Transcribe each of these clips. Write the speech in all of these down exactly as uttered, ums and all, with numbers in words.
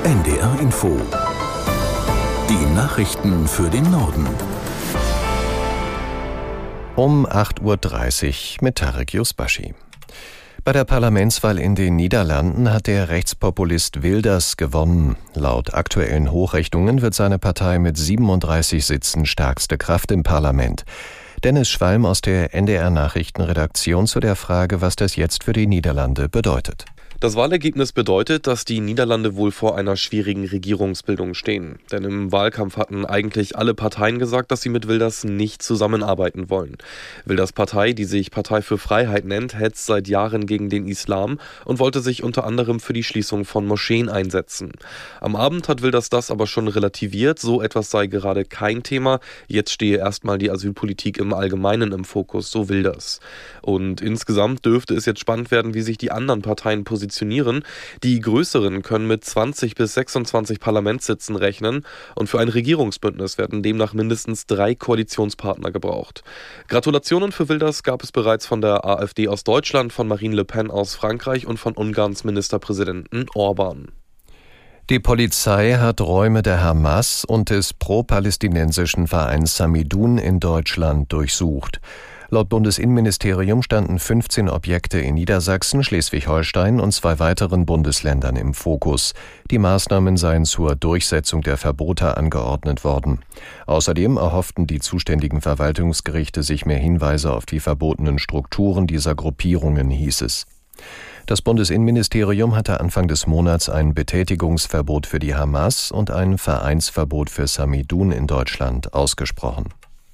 N D R Info. Die Nachrichten für den Norden. Um acht Uhr dreißig mit Tarek Yusbashi. Bei der Parlamentswahl in den Niederlanden hat der Rechtspopulist Wilders gewonnen. Laut aktuellen Hochrechnungen wird seine Partei mit siebenunddreißig Sitzen stärkste Kraft im Parlament. Dennis Schwalm aus der N D R Nachrichtenredaktion zu der Frage, was das jetzt für die Niederlande bedeutet. Das Wahlergebnis bedeutet, dass die Niederlande wohl vor einer schwierigen Regierungsbildung stehen. Denn im Wahlkampf hatten eigentlich alle Parteien gesagt, dass sie mit Wilders nicht zusammenarbeiten wollen. Wilders Partei, die sich Partei für Freiheit nennt, hetzt seit Jahren gegen den Islam und wollte sich unter anderem für die Schließung von Moscheen einsetzen. Am Abend hat Wilders das aber schon relativiert, so etwas sei gerade kein Thema. Jetzt stehe erstmal die Asylpolitik im Allgemeinen im Fokus, so Wilders. Und insgesamt dürfte es jetzt spannend werden, wie sich die anderen Parteien positionieren. Die größeren können mit zwanzig bis sechsundzwanzig Parlamentssitzen rechnen und für ein Regierungsbündnis werden demnach mindestens drei Koalitionspartner gebraucht. Gratulationen für Wilders gab es bereits von der AfD aus Deutschland, von Marine Le Pen aus Frankreich und von Ungarns Ministerpräsidenten Orban. Die Polizei hat Räume der Hamas und des pro-palästinensischen Vereins Samidun in Deutschland durchsucht. Laut Bundesinnenministerium standen fünfzehn Objekte in Niedersachsen, Schleswig-Holstein und zwei weiteren Bundesländern im Fokus. Die Maßnahmen seien zur Durchsetzung der Verbote angeordnet worden. Außerdem erhofften die zuständigen Verwaltungsgerichte sich mehr Hinweise auf die verbotenen Strukturen dieser Gruppierungen, hieß es. Das Bundesinnenministerium hatte Anfang des Monats ein Betätigungsverbot für die Hamas und ein Vereinsverbot für Samidun in Deutschland ausgesprochen.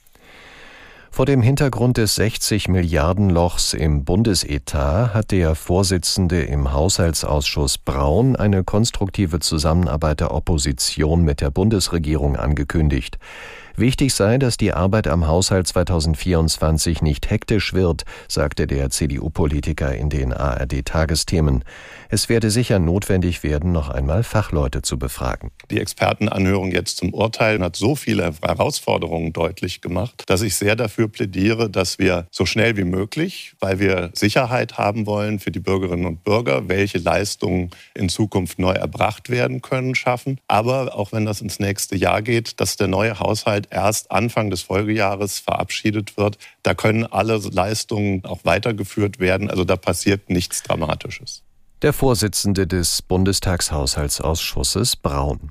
Vor dem Hintergrund des sechzig Milliarden Lochs im Bundesetat hat der Vorsitzende im Haushaltsausschuss Braun eine konstruktive Zusammenarbeit der Opposition mit der Bundesregierung angekündigt. Wichtig sei, dass die Arbeit am Haushalt zweitausendvierundzwanzig nicht hektisch wird, sagte der C D U-Politiker in den A R D-Tagesthemen. Es werde sicher notwendig werden, noch einmal Fachleute zu befragen. Die Expertenanhörung jetzt zum Urteil hat so viele Herausforderungen deutlich gemacht, dass ich sehr dafür plädiere, dass wir so schnell wie möglich, weil wir Sicherheit haben wollen für die Bürgerinnen und Bürger, welche Leistungen in Zukunft neu erbracht werden können, schaffen. Aber auch wenn das ins nächste Jahr geht, dass der neue Haushalt erst Anfang des Folgejahres verabschiedet wird. Da können alle Leistungen auch weitergeführt werden. Also da passiert nichts Dramatisches. Der Vorsitzende des Bundestagshaushaltsausschusses Braun.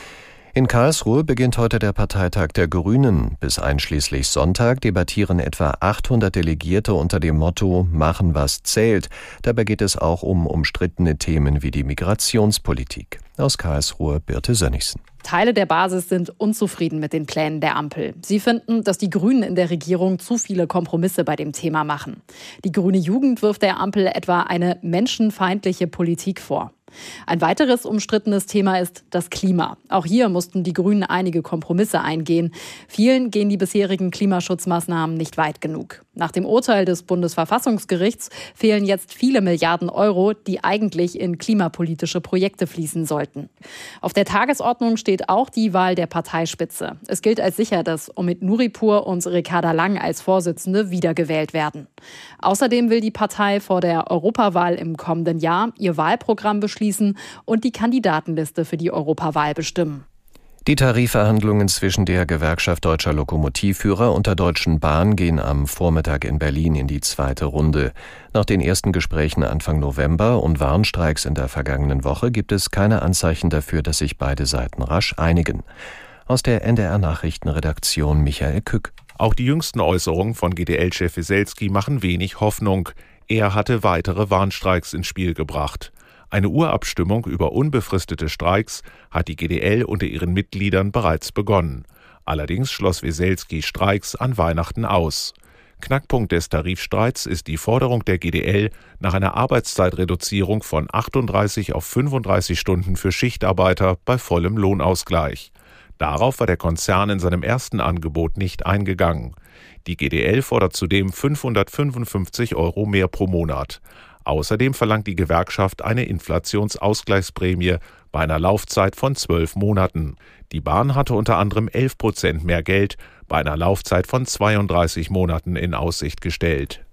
In Karlsruhe beginnt heute der Parteitag der Grünen. Bis einschließlich Sonntag debattieren etwa achthundert Delegierte unter dem Motto »Machen, was zählt«. Dabei geht es auch um umstrittene Themen wie die Migrationspolitik. Aus Karlsruhe Birte Sönnigsen. Teile der Basis sind unzufrieden mit den Plänen der Ampel. Sie finden, dass die Grünen in der Regierung zu viele Kompromisse bei dem Thema machen. Die grüne Jugend wirft der Ampel etwa eine menschenfeindliche Politik vor. Ein weiteres umstrittenes Thema ist das Klima. Auch hier mussten die Grünen einige Kompromisse eingehen. Vielen gehen die bisherigen Klimaschutzmaßnahmen nicht weit genug. Nach dem Urteil des Bundesverfassungsgerichts fehlen jetzt viele Milliarden Euro, die eigentlich in klimapolitische Projekte fließen sollten. Auf der Tagesordnung steht auch die Wahl der Parteispitze. Es gilt als sicher, dass Omid Nuripur und Ricarda Lang als Vorsitzende wiedergewählt werden. Außerdem will die Partei vor der Europawahl im kommenden Jahr ihr Wahlprogramm beschließen und die Kandidatenliste für die Europawahl bestimmen. Die Tarifverhandlungen zwischen der Gewerkschaft Deutscher Lokomotivführer und der Deutschen Bahn gehen am Vormittag in Berlin in die zweite Runde. Nach den ersten Gesprächen Anfang November und Warnstreiks in der vergangenen Woche gibt es keine Anzeichen dafür, dass sich beide Seiten rasch einigen. Aus der N D R Nachrichtenredaktion Michael Kück. Auch die jüngsten Äußerungen von G D L-Chef Weselski machen wenig Hoffnung. Er hatte weitere Warnstreiks ins Spiel gebracht. Eine Urabstimmung über unbefristete Streiks hat die G D L unter ihren Mitgliedern bereits begonnen. Allerdings schloss Weselski Streiks an Weihnachten aus. Knackpunkt des Tarifstreits ist die Forderung der G D L nach einer Arbeitszeitreduzierung von achtunddreißig auf fünfunddreißig Stunden für Schichtarbeiter bei vollem Lohnausgleich. Darauf war der Konzern in seinem ersten Angebot nicht eingegangen. Die G D L fordert zudem fünfhundertfünfundfünfzig Euro mehr pro Monat. Außerdem verlangt die Gewerkschaft eine Inflationsausgleichsprämie bei einer Laufzeit von zwölf Monaten. Die Bahn hatte unter anderem elf Prozent mehr Geld bei einer Laufzeit von zweiunddreißig Monaten in Aussicht gestellt.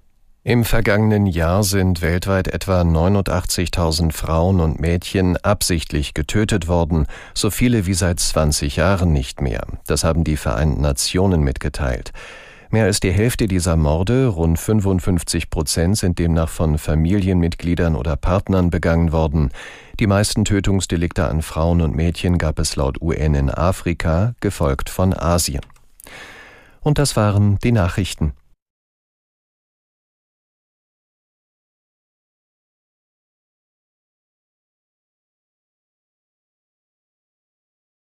Im vergangenen Jahr sind weltweit etwa neunundachtzigtausend Frauen und Mädchen absichtlich getötet worden, so viele wie seit zwanzig Jahren nicht mehr. Das haben die Vereinten Nationen mitgeteilt. Mehr als die Hälfte dieser Morde, rund fünfundfünfzig Prozent, sind demnach von Familienmitgliedern oder Partnern begangen worden. Die meisten Tötungsdelikte an Frauen und Mädchen gab es laut U N in Afrika, gefolgt von Asien. Und das waren die Nachrichten.